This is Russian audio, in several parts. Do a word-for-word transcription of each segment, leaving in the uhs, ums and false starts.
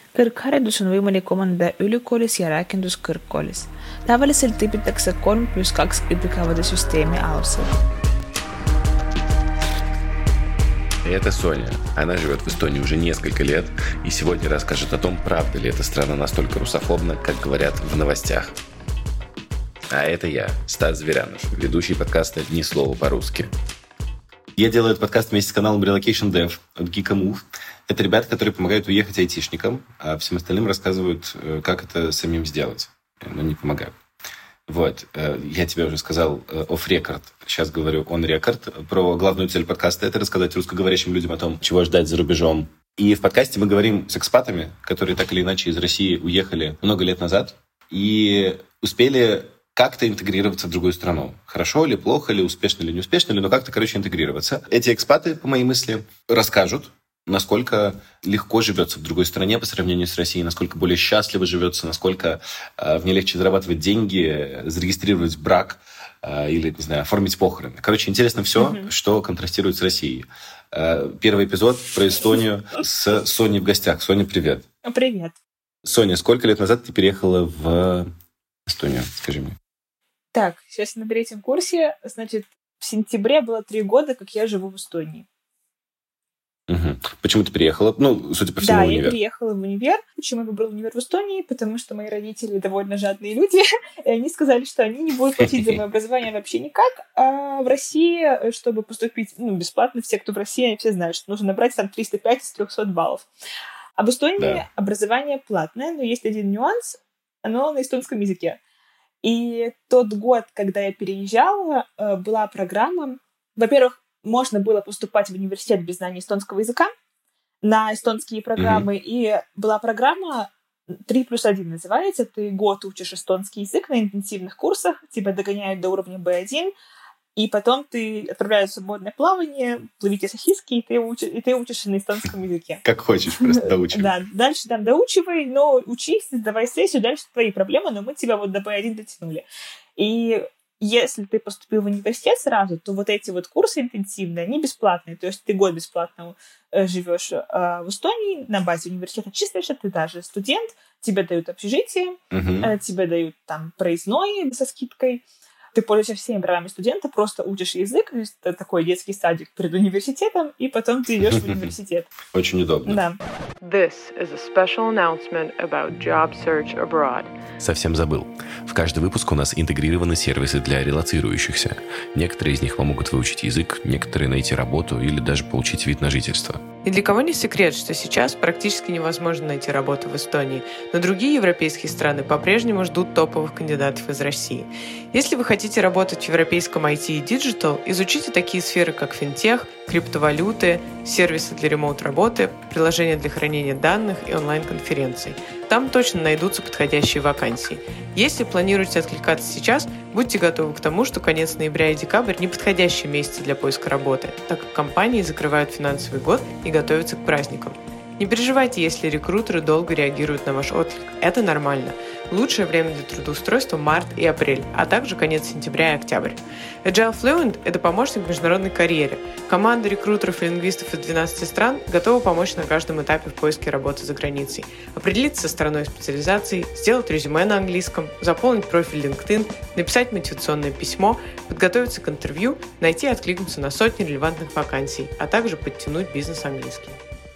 Kõrgharidus on võimalik omandada ülikoolis ja rakenduskõrgkoolis. Tavaliselt õpitakse kolm pluss kaks õppekavade süsteemi alusel. Это Соня. Она живет в Эстонии уже несколько лет и сегодня расскажет о том, правда ли эта страна настолько русофобна, как говорят в новостях. А это я, Стас Зверянов, ведущий подкаста «Ни слова по-русски». Я делаю этот подкаст вместе с каналом Relocation Dev от Geek.move. Это ребята, которые помогают уехать айтишникам, а всем остальным рассказывают, как это самим сделать, но не помогают. Вот, я тебе уже сказал off-record, сейчас говорю on-record. Про главную цель подкаста — это рассказать русскоговорящим людям о том, чего ждать за рубежом. И в подкасте мы говорим с экспатами, которые так или иначе из России уехали много лет назад и успели как-то интегрироваться в другую страну. Хорошо ли, плохо ли, успешно ли, неуспешно ли, но как-то, короче, интегрироваться. Эти экспаты, по моей мысли, расскажут, насколько легко живется в другой стране по сравнению с Россией, насколько более счастливо живется, насколько э, в ней легче зарабатывать деньги, зарегистрировать брак э, или, не знаю, оформить похороны. Короче, интересно все, mm-hmm. что контрастирует с Россией. Э, первый эпизод про Эстонию с Соней в гостях. Соня, привет. Привет. Соня, сколько лет назад ты переехала в Эстонию? Скажи мне. Так, сейчас на третьем курсе, значит, в сентябре было три года, как я живу в Эстонии. Угу. Почему ты переехала? Ну, судя по всему, да, в универ. Да, я переехала в универ. Почему я выбрала универ в Эстонии? Потому что мои родители довольно жадные люди, и они сказали, что они не будут платить за мое образование вообще никак. А в России, чтобы поступить ну, бесплатно, все, кто в России, они все знают, что нужно набрать там триста пять из трехсот баллов. А в Эстонии да. образование платное, но есть один нюанс, оно на эстонском языке. И тот год, когда я переезжала, была программа, во-первых, можно было поступать в университет без знания эстонского языка на эстонские программы, mm-hmm. и была программа три плюс один называется, ты год учишь эстонский язык на интенсивных курсах, тебя догоняют до уровня би один, и потом ты отправляешь в свободное плавание, плывите сосиски, и ты, уч... и ты учишься на эстонском языке. Как хочешь, просто доучивай. Да, дальше там доучивай, но учись, сдавай сессию, дальше твои проблемы, но мы тебя вот до би один дотянули. И если ты поступил в университет сразу, то вот эти вот курсы интенсивные, они бесплатные. То есть ты год бесплатно э, живешь э, в Эстонии, на базе университета числишься, ты даже студент, тебе дают общежитие, uh-huh. э, тебе дают там проездной со скидкой. Ты пользуешься всеми правами студента, просто учишь язык, то есть это такой детский садик перед университетом, и потом ты идешь в университет. Очень удобно. Да. This is a special announcement about job search abroad. Совсем забыл. В каждый выпуск у нас интегрированы сервисы для релоцирующихся. Некоторые из них помогут выучить язык, некоторые найти работу или даже получить вид на жительство. И для кого не секрет, что сейчас практически невозможно найти работу в Эстонии, но другие европейские страны по-прежнему ждут топовых кандидатов из России. Если вы хотите работать в европейском ай ти и диджитал, изучите такие сферы, как финтех, криптовалюты, сервисы для ремоут-работы, приложения для хранения данных и онлайн-конференций. Там точно найдутся подходящие вакансии. Если планируете откликаться сейчас, будьте готовы к тому, что конец ноября и декабрь – неподходящие месяцы для поиска работы, так как компании закрывают финансовый год и готовятся к праздникам. Не переживайте, если рекрутеры долго реагируют на ваш отклик. Это нормально. Лучшее время для трудоустройства – март и апрель, а также конец сентября и октябрь. Agile Fluent – это помощник в международной карьере. Команда рекрутеров и лингвистов из двенадцати стран готова помочь на каждом этапе в поиске работы за границей. Определиться со страной специализации, сделать резюме на английском, заполнить профиль LinkedIn, написать мотивационное письмо, подготовиться к интервью, найти и откликнуться на сотни релевантных вакансий, а также подтянуть бизнес-английский.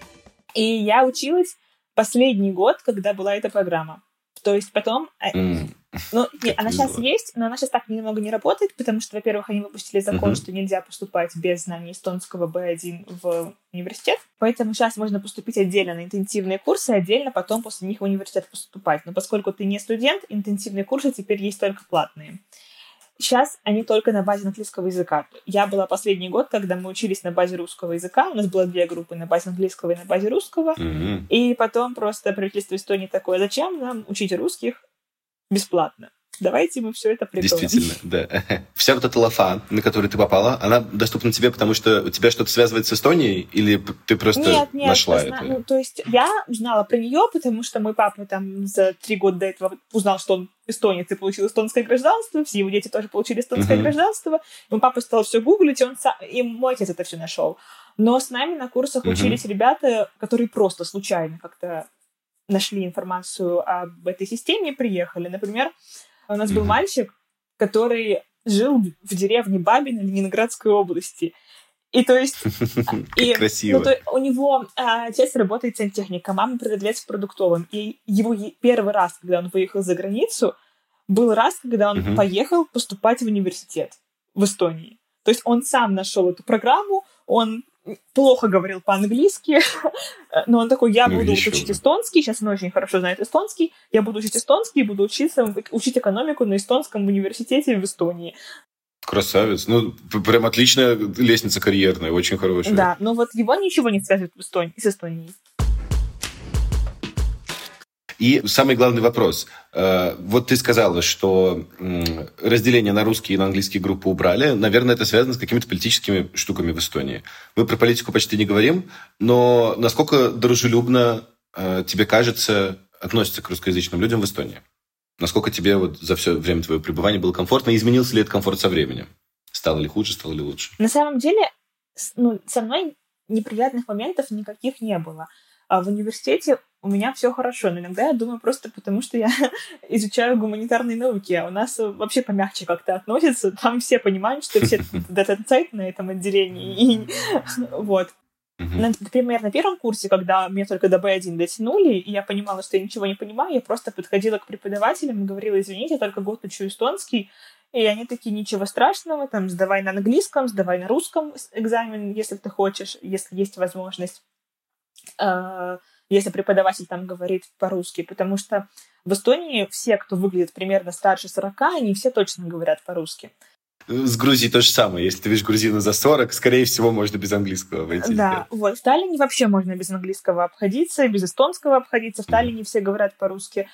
И я училась последний год, когда была эта программа. То есть потом... Mm. Ну, нет, она сейчас есть, но она сейчас так немного не работает, потому что, во-первых, они выпустили закон, mm-hmm. что нельзя поступать без знания эстонского би один в университет. Поэтому сейчас можно поступить отдельно на интенсивные курсы, отдельно потом после них в университет поступать. Но поскольку ты не студент, интенсивные курсы теперь есть только платные. Сейчас они только на базе английского языка. Я была последний год, когда мы учились на базе русского языка. У нас было две группы на базе английского и на базе русского. Mm-hmm. И потом просто правительство Эстонии такое: зачем нам учить русских бесплатно? Давайте мы все это придумаем. Действительно, да. Вся вот эта лафа, на которую ты попала, она доступна тебе, потому что у тебя что-то связывает с Эстонией, или ты просто нет, нет, нашла зна... это? Ну, то есть я узнала про нее, потому что мой папа там за три года до этого узнал, что он эстонец и получил эстонское гражданство, все его дети тоже получили эстонское uh-huh. гражданство. Мой папа стал все гуглить, и, он сам... и мой отец это все нашел. Но с нами на курсах uh-huh. учились ребята, которые просто случайно как-то нашли информацию об этой системе и приехали. Например, у нас mm-hmm. был мальчик, который жил в деревне Бабино Ленинградской области. И то есть... и, красиво. Ну, то, у него а, отец работает сантехником, мама продавец в продуктовом. И его первый раз, когда он выехал за границу, был раз, когда он mm-hmm. поехал поступать в университет в Эстонии. То есть он сам нашел эту программу, он плохо говорил по-английски, но он такой, я ну, буду вот учить эстонский, сейчас он очень хорошо знает эстонский, я буду учить эстонский, буду учиться, учить экономику на эстонском университете в Эстонии. Красавец. Ну, прям отличная лестница карьерная, очень хорошая. Да, но вот его ничего не связывает в Эстонии, с Эстонией. И самый главный вопрос. Вот ты сказала, что разделение на русские и на английские группы убрали. Наверное, это связано с какими-то политическими штуками в Эстонии. Мы про политику почти не говорим, но насколько дружелюбно, тебе кажется, относятся к русскоязычным людям в Эстонии? Насколько тебе вот за все время твоего пребывания было комфортно? И изменился ли этот комфорт со временем? Стало ли хуже, стало ли лучше? На самом деле, ну, со мной неприятных моментов никаких не было. А в университете у меня все хорошо, но иногда я думаю просто потому, что я изучаю гуманитарные науки, а у нас вообще помягче как-то относятся. Там все понимают, что все дата-сайт на этом отделении. И вот. Uh-huh. Например, на первом курсе, когда меня только до би один дотянули, и я понимала, что я ничего не понимаю, я просто подходила к преподавателям и говорила, извините, я только год учу эстонский. И они такие, ничего страшного, там, сдавай на английском, сдавай на русском экзамен, если ты хочешь, если есть возможность. Если преподаватель там говорит по-русски, потому что в Эстонии все, кто выглядит примерно старше сорока, они все точно говорят по-русски. С Грузией то же самое. Если ты видишь грузина за сорок, скорее всего, можно без английского обойтись. Да, вот. В Таллине вообще можно без английского обходиться, без эстонского обходиться. В Таллине mm. все говорят по-русски.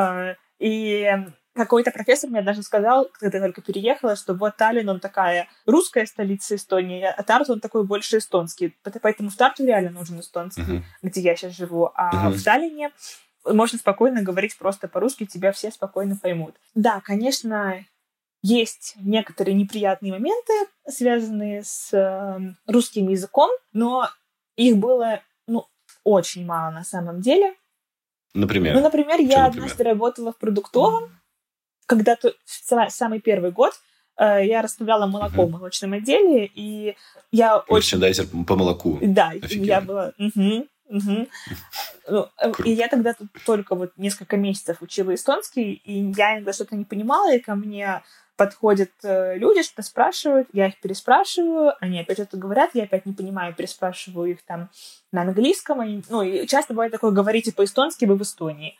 И какой-то профессор мне даже сказал, когда я только переехала, что вот Таллин, он такая русская столица Эстонии, а Тарту, он такой больше эстонский. Поэтому в Тарту реально нужен эстонский, mm-hmm. где я сейчас живу. А mm-hmm. в Таллине можно спокойно говорить просто по-русски, тебя все спокойно поймут. Да, конечно, есть некоторые неприятные моменты, связанные с э, русским языком, но их было, ну, очень мало на самом деле. Например? Ну, например, я например? однажды работала в продуктовом, когда-то в самый первый год э, я расставляла молоко uh-huh. в молочном отделе, и я Мерчендайзер очень... по молоку. Да, Офигенно. Я была... Угу, угу. Ну, и я тогда только вот несколько месяцев учила эстонский, и я иногда что-то не понимала, и ко мне подходят люди, что-то спрашивают, я их переспрашиваю, они опять что-то говорят, я опять не понимаю, переспрашиваю их там на английском. Они... Ну, и часто бывает такое, говорите по-эстонски, вы в Эстонии.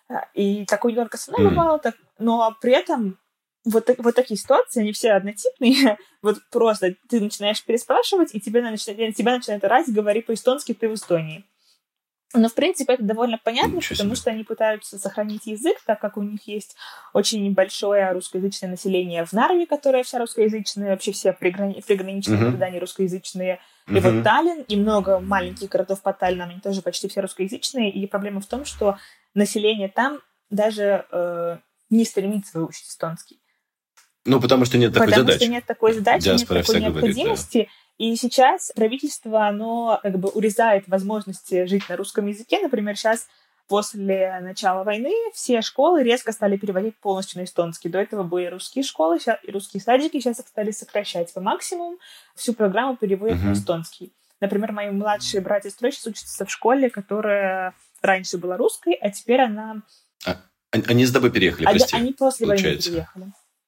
И такое не только со мной бывало, так, но при этом вот, вот такие ситуации, они все однотипные. Вот просто ты начинаешь переспрашивать, и тебя начинает, тебя начинает орать, говори по-эстонски, ты в Эстонии. Но, в принципе, это довольно понятно, Ничего потому себе. Что они пытаются сохранить язык, так как у них есть очень большое русскоязычное население в Нарве, которое вся русскоязычная, вообще все приграни- приграничные uh-huh. города, они русскоязычные. Uh-huh. И вот Таллин, и много маленьких городов по Таллину, они тоже почти все русскоязычные. И проблема в том, что население там даже э, не стремится выучить эстонский. Ну, потому что нет такой потому задачи. Потому что нет такой задачи, Диаспора нет такой необходимости. Говорит, да. И сейчас правительство, оно как бы урезает возможности жить на русском языке. Например, сейчас после начала войны все школы резко стали переводить полностью на эстонский. До этого были русские школы и русские садики, сейчас их стали сокращать по максимуму. Всю программу переводят uh-huh. на эстонский. Например, мои младшие братья и сестры сейчас учатся в школе, которая раньше была русской, а теперь она... А, они с тобой переехали, прости? Они после получается. войны переехали.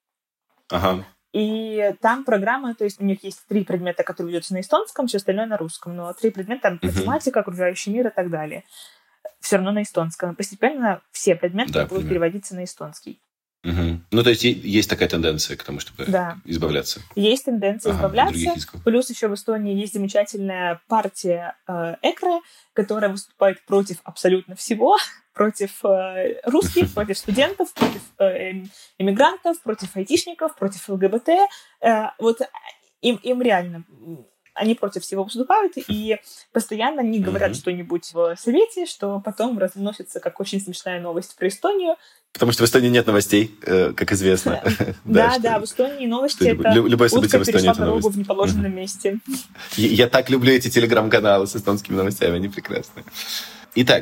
Ага. И там программа, то есть у них есть три предмета, которые ведутся на эстонском, все остальное на русском. Но три предмета, там uh-huh. математика, окружающий мир и так далее. Все равно на эстонском. И постепенно все предметы да, будут понимаю. переводиться на эстонский. Угу. Ну, то есть есть такая тенденция к тому, чтобы да. избавляться. Есть тенденция ага, избавляться. Плюс еще в Эстонии есть замечательная партия э, ЭКРО, которая выступает против абсолютно всего. Против э, русских, против студентов, против э, иммигрантов, против айтишников, против ЛГБТ. Э, вот им, им реально... Они против всего выступают, и постоянно они говорят mm-hmm. что-нибудь в совете, что потом разносится как очень смешная новость про Эстонию. Потому что в Эстонии нет новостей, как известно. Да, да, в Эстонии новости — это утка перешла дорогу в неположенном месте. Я так люблю эти телеграм-каналы с эстонскими новостями, они прекрасные. Итак,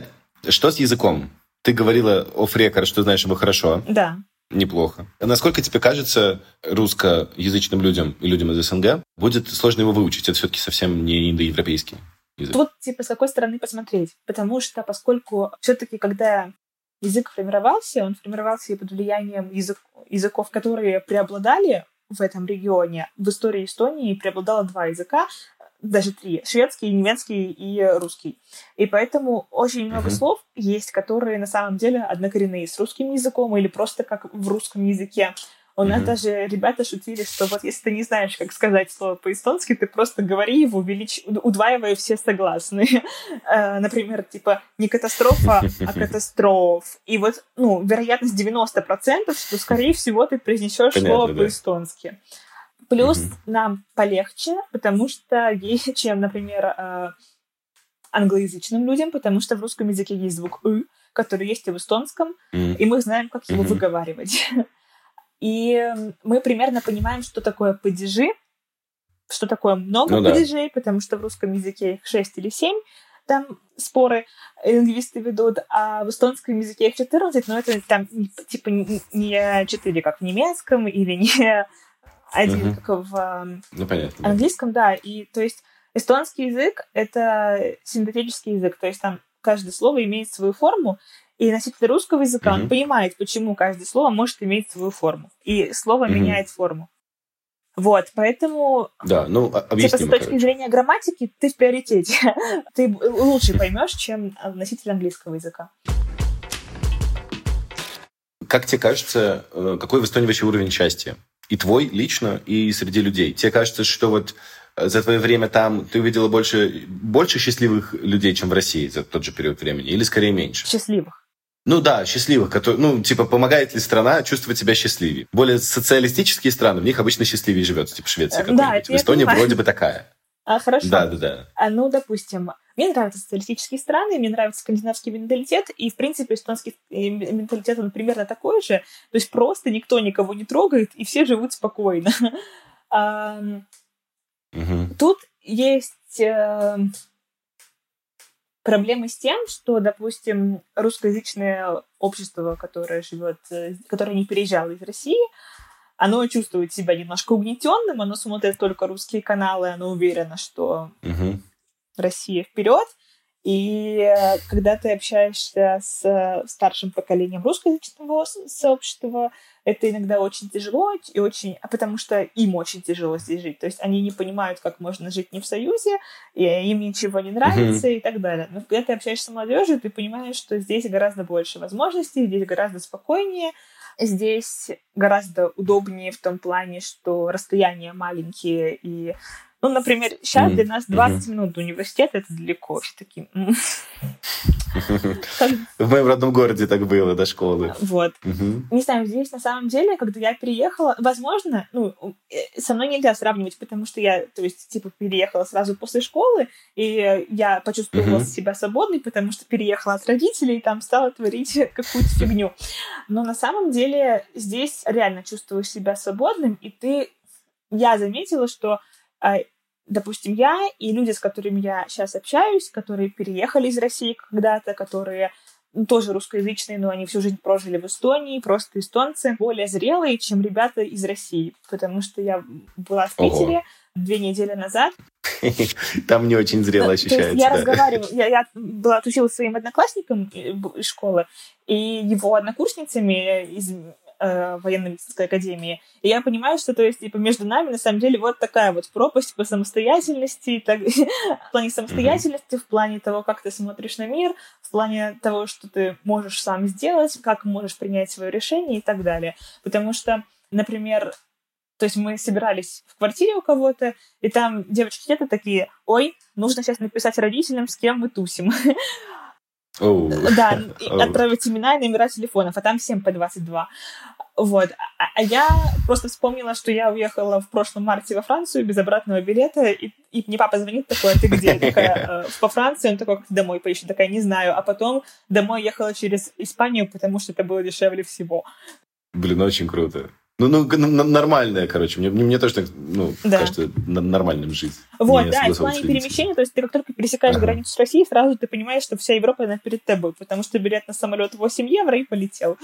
Что с языком? Ты говорила off-record, что знаешь его хорошо. Да. Неплохо. Насколько тебе кажется, русскоязычным людям и людям из СНГ будет сложно его выучить? Это все-таки совсем не индоевропейский язык. Тут, типа, с какой стороны посмотреть. Потому что, поскольку все-таки, когда язык формировался, он формировался под влиянием язык, языков, которые преобладали в этом регионе. В истории Эстонии преобладало два языка, даже три. Шведский, немецкий и русский. И поэтому очень много uh-huh. слов есть, которые на самом деле однокоренные с русским языком или просто как в русском языке. У uh-huh. нас даже ребята шутили, что вот если ты не знаешь, как сказать слово по-эстонски, ты просто говори его, увелич... удваивая все согласные. Например, типа не катастрофа, а катастроф. И вот, ну, вероятность девяносто процентов, что, скорее всего, ты произнесешь слово да. по-эстонски. Плюс mm-hmm. нам полегче, потому что есть, чем, например, англоязычным людям, потому что в русском языке есть звук «ы», который есть и в эстонском, mm-hmm. и мы знаем, как его mm-hmm. выговаривать. И мы примерно понимаем, что такое падежи, что такое много ну, падежей, да. потому что в русском языке их шесть или семь, там споры лингвисты ведут, а в эстонском языке их четырнадцать, но это там типа не четыре, как в немецком, или не... Один, uh-huh. как в ну, понятно, английском, да. И, то есть, эстонский язык — это синтетический язык, то есть там каждое слово имеет свою форму, и носитель русского языка, uh-huh. он понимает, почему каждое слово может иметь свою форму, и слово uh-huh. меняет форму. Вот, поэтому... Да, ну, объяснимо, типа, с точки короче. зрения грамматики ты в приоритете. Ты лучше поймешь, чем носитель английского языка. Как тебе кажется, какой в Эстонии вообще уровень счастья? И твой лично, и среди людей. Тебе кажется, что вот за твое время там ты увидела больше, больше счастливых людей, чем в России за тот же период времени? Или скорее меньше? Счастливых. Ну да, счастливых. Которые, ну, типа, помогает ли страна чувствовать себя счастливее? Более социалистические страны, в них обычно счастливее живется, типа Швеция какая-нибудь. Да, в Эстонии вроде бы такая. А, хорошо. Да, да, да. А, ну, допустим, мне нравятся социалистические страны, мне нравится скандинавский менталитет, и, в принципе, эстонский менталитет, он примерно такой же. То есть просто никто никого не трогает, и все живут спокойно. Угу. Тут есть э, проблемы с тем, что, допустим, русскоязычное общество, которое живет, которое не переезжало из России, оно чувствует себя немножко угнетенным, оно смотрит только русские каналы, оно уверено, что угу. Россия вперед. И когда ты общаешься с старшим поколением русскоязычного сообщества, это иногда очень тяжело, и очень, потому что им очень тяжело здесь жить. То есть они не понимают, как можно жить не в Союзе, и им ничего не нравится mm-hmm. и так далее. Но когда ты общаешься с молодежью, ты понимаешь, что здесь гораздо больше возможностей, здесь гораздо спокойнее, здесь гораздо удобнее в том плане, что расстояния маленькие и... Ну, например, сейчас mm-hmm. для нас двадцать mm-hmm. минут до университета — это далеко. Все такие... В моем родном городе так было, до школы. Вот. Не знаю, здесь на самом деле, когда я переехала, возможно, ну, со мной нельзя сравнивать, потому что я, то есть, типа, переехала сразу после школы, и я почувствовала себя свободной, потому что переехала от родителей и там стала творить какую-то фигню. Но на самом деле здесь реально чувствуешь себя свободным, и ты... Я заметила, что допустим, я и люди, с которыми я сейчас общаюсь, которые переехали из России когда-то, которые тоже русскоязычные, но они всю жизнь прожили в Эстонии, просто эстонцы, более зрелые, чем ребята из России. Потому что я была в Питере Ого. две недели назад. Там не очень зрело ощущается. Я разговаривала, я была отучилась своим одноклассником из школы, и его однокурсницами из военно-медицинской академии. И я понимаю, что, то есть, типа, между нами, на самом деле, вот такая вот пропасть по самостоятельности, так, в плане самостоятельности, в плане того, как ты смотришь на мир, в плане того, что ты можешь сам сделать, как можешь принять свое решение и так далее. Потому что, например, то есть мы собирались в квартире у кого-то, и там девочки где-то такие: ой, нужно сейчас написать родителям, с кем мы тусим. Oh. Да, oh. отправить имена и номера телефонов, а там всем по двадцать два. Вот. А, а я просто вспомнила, что я уехала в прошлом марте во Францию без обратного билета, и, и мне папа звонит такой: а ты где? Я такая: э, по Франции. Он такой: как ты домой поедешь? Я такая: не знаю. А потом домой ехала через Испанию, потому что это было дешевле всего. Блин, очень круто. Ну, ну, нормальная, короче. Мне, мне тоже так, ну, да. кажется, нормальным жить. Вот, да, и в плане перемещения, то есть ты как только пересекаешь ага. границу с Россией, сразу ты понимаешь, что вся Европа, она перед тобой, потому что билет на самолет восемь евро и полетел.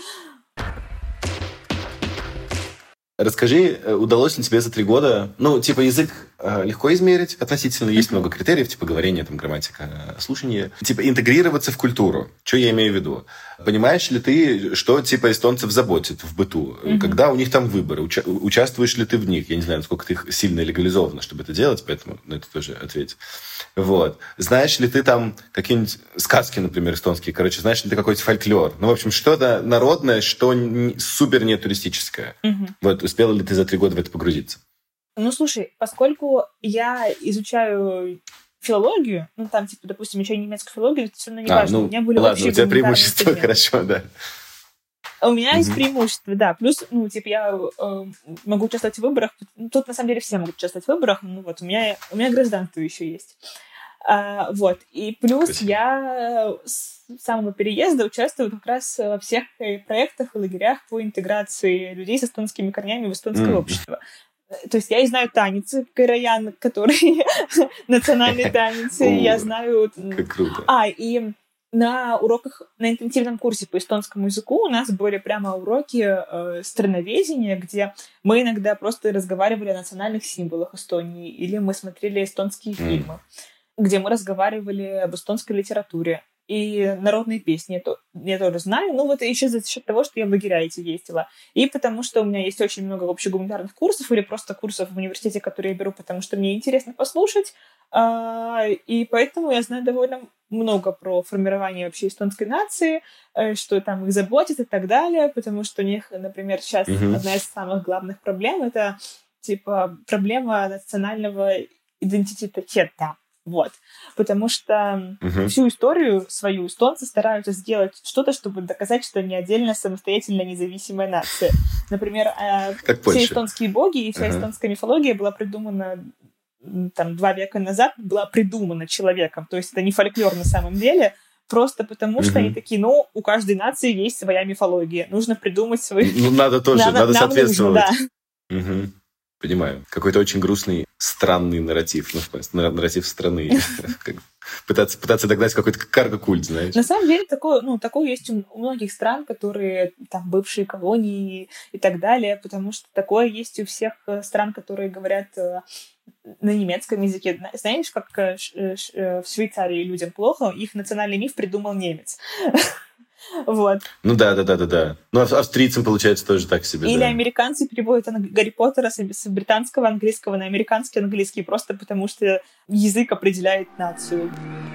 Расскажи, удалось ли тебе за три года... Ну, типа, язык э, легко измерить относительно. Есть mm-hmm. много критериев, типа говорение, там, грамматика, слушание. Типа, интегрироваться в культуру. Что я имею в виду? Понимаешь ли ты, что, типа, эстонцев заботит в быту? Mm-hmm. Когда у них там выборы? Уча- участвуешь ли ты в них? Я не знаю, насколько ты сильно легализована, чтобы это делать, поэтому на это тоже ответь. Вот. Знаешь ли ты там какие-нибудь сказки, например, эстонские? Короче, знаешь ли ты какой-то фольклор? Ну, в общем, что-то народное, что супер не туристическое. Mm-hmm. Вот. Успела ли ты за три года в это погрузиться? Ну, слушай, поскольку я изучаю филологию, ну, там, типа, допустим, еще немецкую филологию, это все равно не а, важно. Ну, у меня были ладно, общие у тебя преимущества, предметы. Хорошо, да. У меня mm-hmm. есть преимущества, да. Плюс, ну, типа, я э, могу участвовать в выборах. Тут, на самом деле, все могут участвовать в выборах. Ну, вот, у меня, у меня гражданство еще есть. А, вот. И плюс Спасибо. Я с самого переезда участвую как раз во всех проектах и лагерях по интеграции людей с эстонскими корнями в эстонское mm-hmm. общество. То есть я и знаю танец кайраян, который национальный танец. Я знаю... Как круто. А, и на уроках, на интенсивном курсе по эстонскому языку у нас были прямо уроки э, страноведения, где мы иногда просто разговаривали о национальных символах Эстонии, или мы смотрели эстонские mm. фильмы, где мы разговаривали об эстонской литературе. И народные песни я, то, я тоже знаю. Ну, вот еще за счет того, что я в лагеря эти ездила. И потому что у меня есть очень много общегуманитарных курсов или просто курсов в университете, которые я беру, потому что мне интересно послушать. И поэтому я знаю довольно много про формирование вообще эстонской нации, что там их заботит и так далее, потому что у них, например, сейчас mm-hmm. одна из самых главных проблем — это, типа, проблема национального идентитета. Вот. Потому что uh-huh. всю историю свою эстонцы стараются сделать что-то, чтобы доказать, что они отдельно, самостоятельно, независимая нация. Например, как все эстонские боги и вся uh-huh. эстонская мифология была придумана там два века назад, была придумана человеком. То есть это не фольклор на самом деле, просто потому что uh-huh. они такие, ну, у каждой нации есть своя мифология. Нужно придумать свою... Ну, надо тоже, надо, надо соответствовать. Нужно, да. Uh-huh. Понимаю. Какой-то очень грустный, странный нарратив. Ну, нарратив страны. Пытаться, пытаться догнать какой-то карго-культ, знаешь. На самом деле, такое, ну, такое есть у многих стран, которые там бывшие колонии и так далее, потому что такое есть у всех стран, которые говорят на немецком языке. Знаешь, как в Швейцарии людям плохо, их национальный миф придумал немец. Вот. Ну да, да, да, да, да. Ну, австрийцам, получается, тоже так себе. Или да. американцы переводят Гарри Поттера с британского английского на американский английский, просто потому что язык определяет нацию.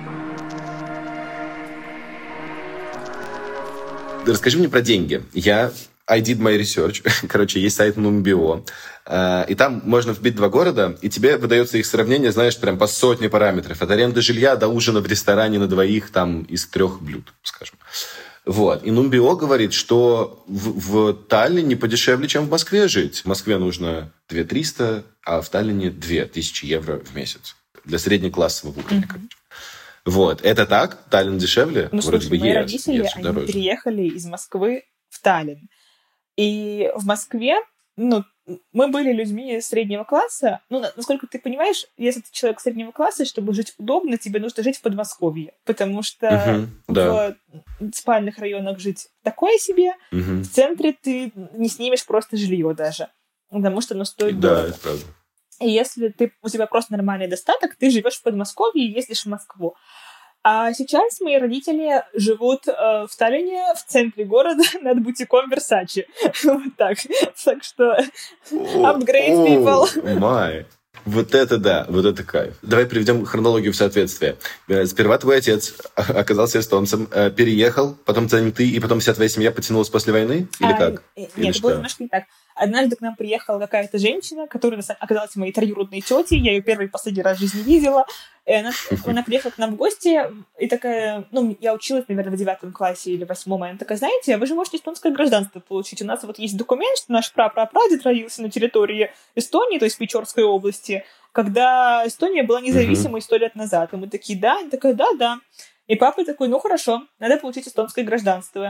Расскажи мне про деньги. Я I did my research. Короче, есть сайт Numbeo. И там можно вбить два города, и тебе выдается их сравнение, знаешь, прям по сотне параметров. От аренды жилья до ужина в ресторане на двоих там из трех блюд, скажем. Вот. И Numbeo говорит, что в, в Таллине подешевле, чем в Москве жить. В Москве нужно две тысячи триста, а в Таллине две тысячи евро в месяц. Для среднеклассового уровня, mm-hmm. короче. Вот. Это так? Таллин дешевле? Ну, вроде слушай, бы мои yes, родители, yes, они дороже. переехали из Москвы в Таллин. И в Москве, ну, мы были людьми среднего класса. Ну, насколько ты понимаешь, если ты человек среднего класса, чтобы жить удобно, тебе нужно жить в Подмосковье. Потому что uh-huh, в да. спальных районах жить такое себе. Uh-huh. В центре ты не снимешь просто жилье даже. Потому что оно стоит да, дорого. Это правда. И если ты, у тебя просто нормальный достаток, ты живешь в Подмосковье и ездишь в Москву. А сейчас мои родители живут э, в Таллине, в центре города, над бутиком Versace. Вот так. Так что upgrade people. Май. Вот это да, вот это кайф. Давай приведем хронологию в соответствие. Сперва твой отец оказался эстонцем, переехал, потом ты, и потом вся твоя семья потянулась после войны? Или а, как? Нет, Или это было немножко не так. Однажды к нам приехала какая-то женщина, которая оказалась моей троюродной тетей. Я ее первый и последний раз в жизни видела. И она, она приехала к нам в гости и такая... Ну, я училась, наверное, в девятом классе или восьмом. И она такая, знаете, вы же можете эстонское гражданство получить. У нас вот есть документ, что наш прапрапрадед родился на территории Эстонии, то есть Печорской области, когда Эстония была независимой сто лет назад. И мы такие, да? Она такая, да-да. И папа такой, ну хорошо, надо получить эстонское гражданство.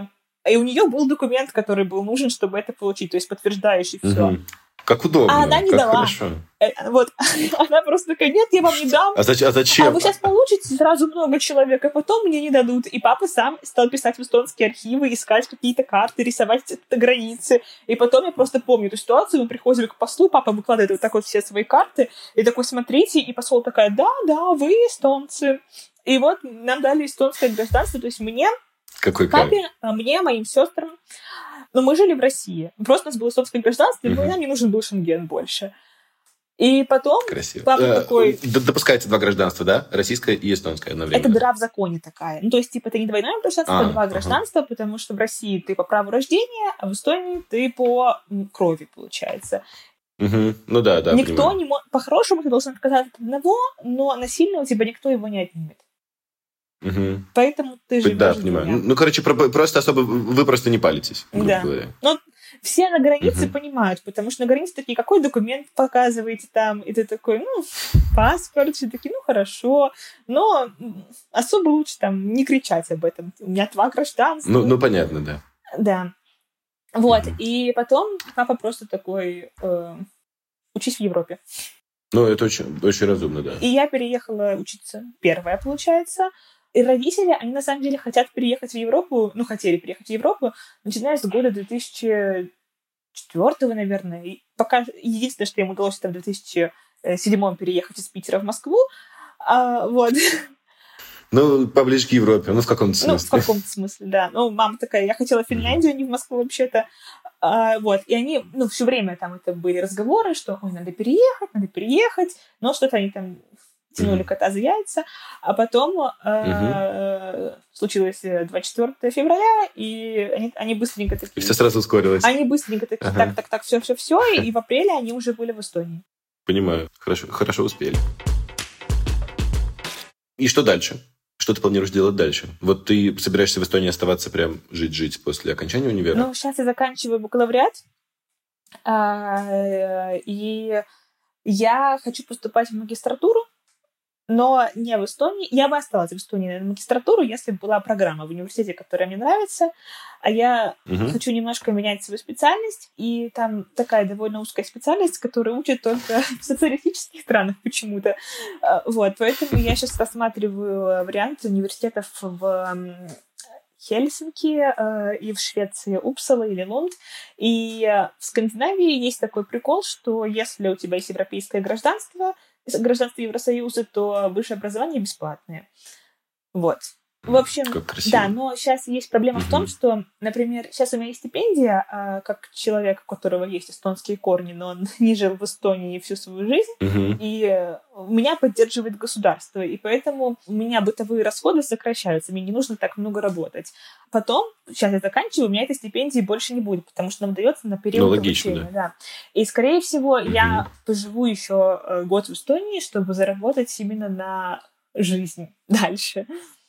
И у нее был документ, который был нужен, чтобы это получить, то есть подтверждающий все. Угу. Как удобно, а она не как дала. Хорошо. Вот, она просто такая, нет, я вам не дам. А, зач- а зачем? А вы сейчас получите сразу много человек, а потом мне не дадут. И папа сам стал писать в эстонские архивы, искать какие-то карты, рисовать границы. И потом я просто помню эту ситуацию, мы приходим к послу, папа выкладывает вот так вот все свои карты, и такой, смотрите, и посол такая, да, да, вы эстонцы. И вот нам дали эстонское гражданство, то есть мне, Какой папе, кайф. Мне, моим сестрам. Но мы жили в России. Просто у нас было эстонское гражданство, и uh-huh. нам не нужен был Шенген больше. И потом Красиво. папа э, такой... Допускается два гражданства, да? Российское и эстонское одновременно. Это дыра в законе такая. Ну, то есть, типа, это не двойное гражданство, а, а два uh-huh. гражданства, потому что в России ты по праву рождения, а в Эстонии ты по крови, получается. Uh-huh. Ну да, да, Никто понимаю. не может... По-хорошему ты должен отказаться от одного, но насильно у тебя никто его не отнимет. Угу. Поэтому ты живешь. Да, понимаю. Ну, ну, короче, про- просто особо вы просто не палитесь, грубо да. говоря. Ну, все на границе угу. понимают, потому что на границе такие, какой документ показываете там, и ты такой, ну, паспорт, все такие, ну, хорошо, но особо лучше там не кричать об этом. У меня два гражданства. Ну, ну понятно, да. Да. Вот, угу. и потом папа просто такой, э, учись в Европе. Ну, это очень, очень разумно, да. И я переехала учиться первая, получается. И родители, они на самом деле хотят переехать в Европу, ну, хотели переехать в Европу, начиная с года две тысячи четвёртого, наверное. И пока единственное, что им удалось там в две тысячи седьмом переехать из Питера в Москву. А, вот. Ну, поближе к Европе, ну, в каком-то смысле. Ну, в каком-то смысле, да. Ну, мама такая, я хотела в Финляндию, а не в Москву вообще-то. А, вот. И они, ну, все время там это были разговоры, что, ой, надо переехать, надо переехать. Но что-то они там... тянули mm-hmm. кота за яйца, а потом э, mm-hmm. случилось двадцать четвёртого февраля, и они, они быстренько такие... И все сразу ускорилось. Они быстренько такие, ага. так, так, так, все, все, все, и в апреле они уже были в Эстонии. Понимаю, хорошо, хорошо успели. И что дальше? Что ты планируешь делать дальше? Вот ты собираешься в Эстонии оставаться прям жить-жить после окончания универа? Ну, сейчас я заканчиваю бакалавриат, и я хочу поступать в магистратуру, но не в Эстонии. Я бы осталась в Эстонии на магистратуру, если бы была программа в университете, которая мне нравится. А я угу. хочу немножко менять свою специальность. И там такая довольно узкая специальность, которую учат только в социалистических странах почему-то. Вот, поэтому я сейчас рассматриваю вариант университетов в Хельсинки э, и в Швеции Упсала или Лунд. И в Скандинавии есть такой прикол, что если у тебя есть европейское гражданство, гражданство Евросоюза, то высшее образование бесплатное. Вот. В общем, да, но сейчас есть проблема угу. в том, что, например, сейчас у меня есть стипендия, а, как человек, у которого есть эстонские корни, но он не жил в Эстонии всю свою жизнь, угу. и меня поддерживает государство, и поэтому у меня бытовые расходы сокращаются, мне не нужно так много работать. Потом, сейчас я заканчиваю, у меня этой стипендии больше не будет, потому что нам дается на период ну, логично, обучения. Да. Да. И, скорее всего, угу. я поживу еще год в Эстонии, чтобы заработать именно на жизнь дальше.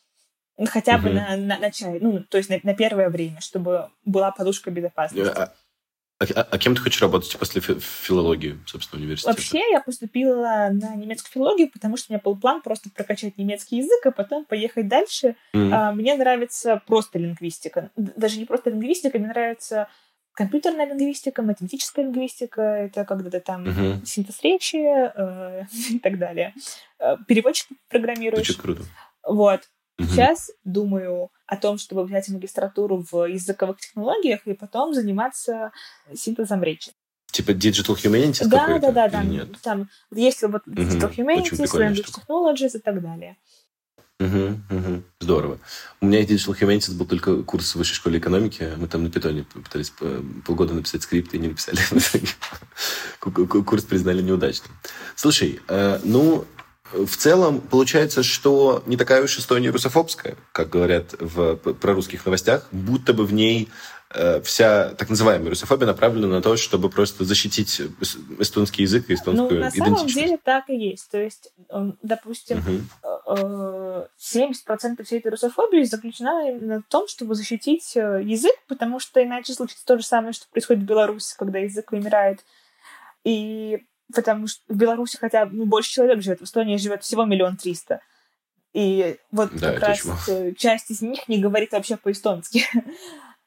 Хотя бы uh-huh. на, на начале, ну, то есть на, на первое время, чтобы была подушка безопасности. А, а, а кем ты хочешь работать после фи- филологии, собственно, университета? Вообще я поступила на немецкую филологию, потому что у меня был план просто прокачать немецкий язык, а потом поехать дальше. Uh-huh. А, мне нравится просто лингвистика. Даже не просто лингвистика, мне нравится компьютерная лингвистика, математическая лингвистика, это когда ты там uh-huh. синтез речи э, и так далее. Переводчик программируешь. Звучит круто. Вот. Угу. Сейчас думаю о том, чтобы взять магистратуру в языковых технологиях и потом заниматься синтезом речи. Типа Digital Humanities да, какой-то? Да, да, да. Нет? Там есть вот Digital угу. Humanities, Language Technologies и так далее. Угу, угу. Здорово. У меня Digital Humanities был только курс в высшей школе экономики. Мы там на питоне пытались полгода написать скрипт и не написали. Курс признали неудачным. Слушай, ну... В целом, получается, что не такая уж Эстония русофобская, как говорят в прорусских новостях, будто бы в ней э, вся так называемая русофобия направлена на то, чтобы просто защитить эстонский язык и эстонскую ну, на идентичность. На самом деле так и есть. То есть, допустим, угу. семьдесят процентов всей этой русофобии заключена именно в том, чтобы защитить язык, потому что иначе случится то же самое, что происходит в Беларуси, когда язык вымирает. И... Потому что в Беларуси хотя бы ну, больше человек живет, в Эстонии живет всего миллион триста. И вот да, как раз очень... часть из них не говорит вообще по-эстонски.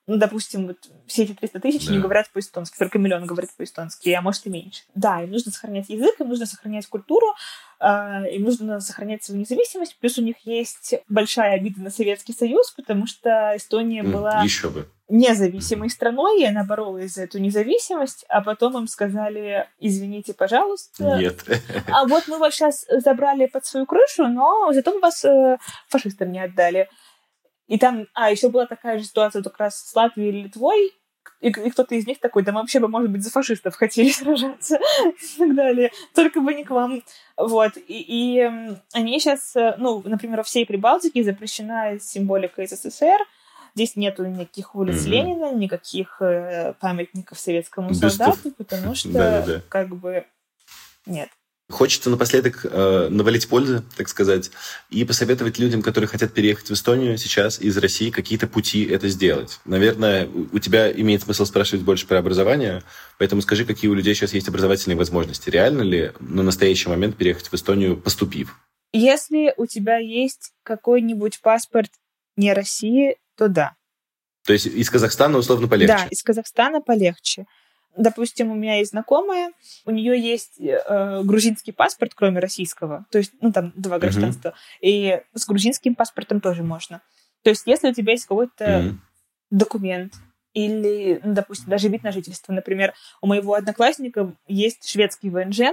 ну, допустим, вот все эти триста тысяч да. не говорят по-эстонски, только миллион говорят по-эстонски, а может и меньше. Да, им нужно сохранять язык, им нужно сохранять культуру, э, им нужно сохранять свою независимость, плюс у них есть большая обида на Советский Союз, потому что Эстония mm, была еще бы. независимой страной, и она боролась за эту независимость, а потом им сказали, извините, пожалуйста. Нет. А вот мы вас сейчас забрали под свою крышу, но зато мы вас э, фашистам не отдали. И там, а, еще была такая же ситуация вот как раз с Латвией или Литвой, и, и кто-то из них такой, да мы вообще бы, может быть, за фашистов хотели сражаться и так далее, только бы не к вам. Вот, и, и они сейчас, ну, например, во всей Прибалтике запрещена символика СССР, здесь нету никаких улиц mm-hmm. Ленина, никаких э, памятников советскому Бюстов. Солдату, потому что, Да-да-да. как бы, нет. Хочется напоследок э, навалить пользы, так сказать, и посоветовать людям, которые хотят переехать в Эстонию сейчас из России, какие-то пути это сделать. Наверное, у тебя имеет смысл спрашивать больше про образование, поэтому скажи, какие у людей сейчас есть образовательные возможности. Реально ли на настоящий момент переехать в Эстонию, поступив? Если у тебя есть какой-нибудь паспорт не России, то да. То есть из Казахстана условно полегче? Да, из Казахстана полегче. Допустим, у меня есть знакомая, у нее есть э, грузинский паспорт, кроме российского. То есть, ну, там два гражданства. Uh-huh. И с грузинским паспортом тоже можно. То есть, если у тебя есть какой-то uh-huh. документ или, ну, допустим, даже вид на жительство. Например, у моего одноклассника есть шведский ВНЖ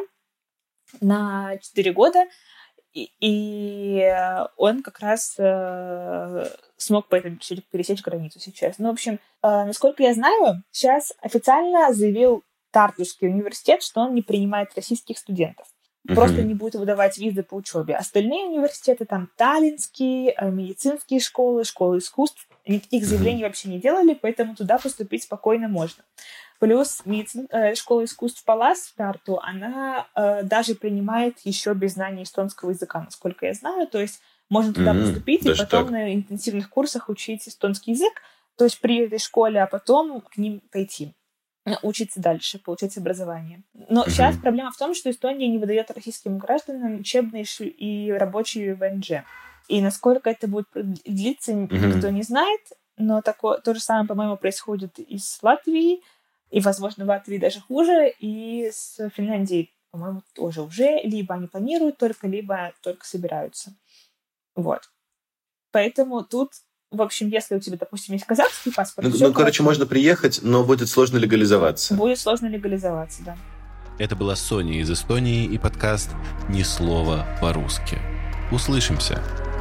на четыре года, и, и он как раз э, смог поэтому пересечь границу сейчас. Ну, в общем, э, насколько я знаю, сейчас официально заявил Тартусский университет, что он не принимает российских студентов. Uh-huh. Просто не будет выдавать визы по учебе. Остальные университеты, там таллинские, э, медицинские школы, школы искусств, никаких заявлений uh-huh. вообще не делали, поэтому туда поступить спокойно можно. Плюс медицин, э, школа искусств Палас в Тарту, она э, даже принимает еще без знания эстонского языка, насколько я знаю. То есть можно туда mm-hmm. поступить даже и потом так. На интенсивных курсах учить эстонский язык, то есть при этой школе, а потом к ним пойти, учиться дальше, получать образование. Но mm-hmm. сейчас проблема в том, что Эстония не выдает российским гражданам учебные и рабочие ВНЖ. И насколько это будет длиться, mm-hmm. никто не знает, но такое, то же самое, по-моему, происходит и с Латвией, и, возможно, в Латвии даже хуже, и с Финляндией, по-моему, тоже уже. Либо они планируют только, либо только собираются. Вот. Поэтому тут, в общем, если у тебя, допустим, есть казахский паспорт... Ну, ну короче, можно приехать, но будет сложно легализоваться. Будет сложно легализоваться, да. Это была Соня из Эстонии и подкаст «Ни слова по-русски». Услышимся!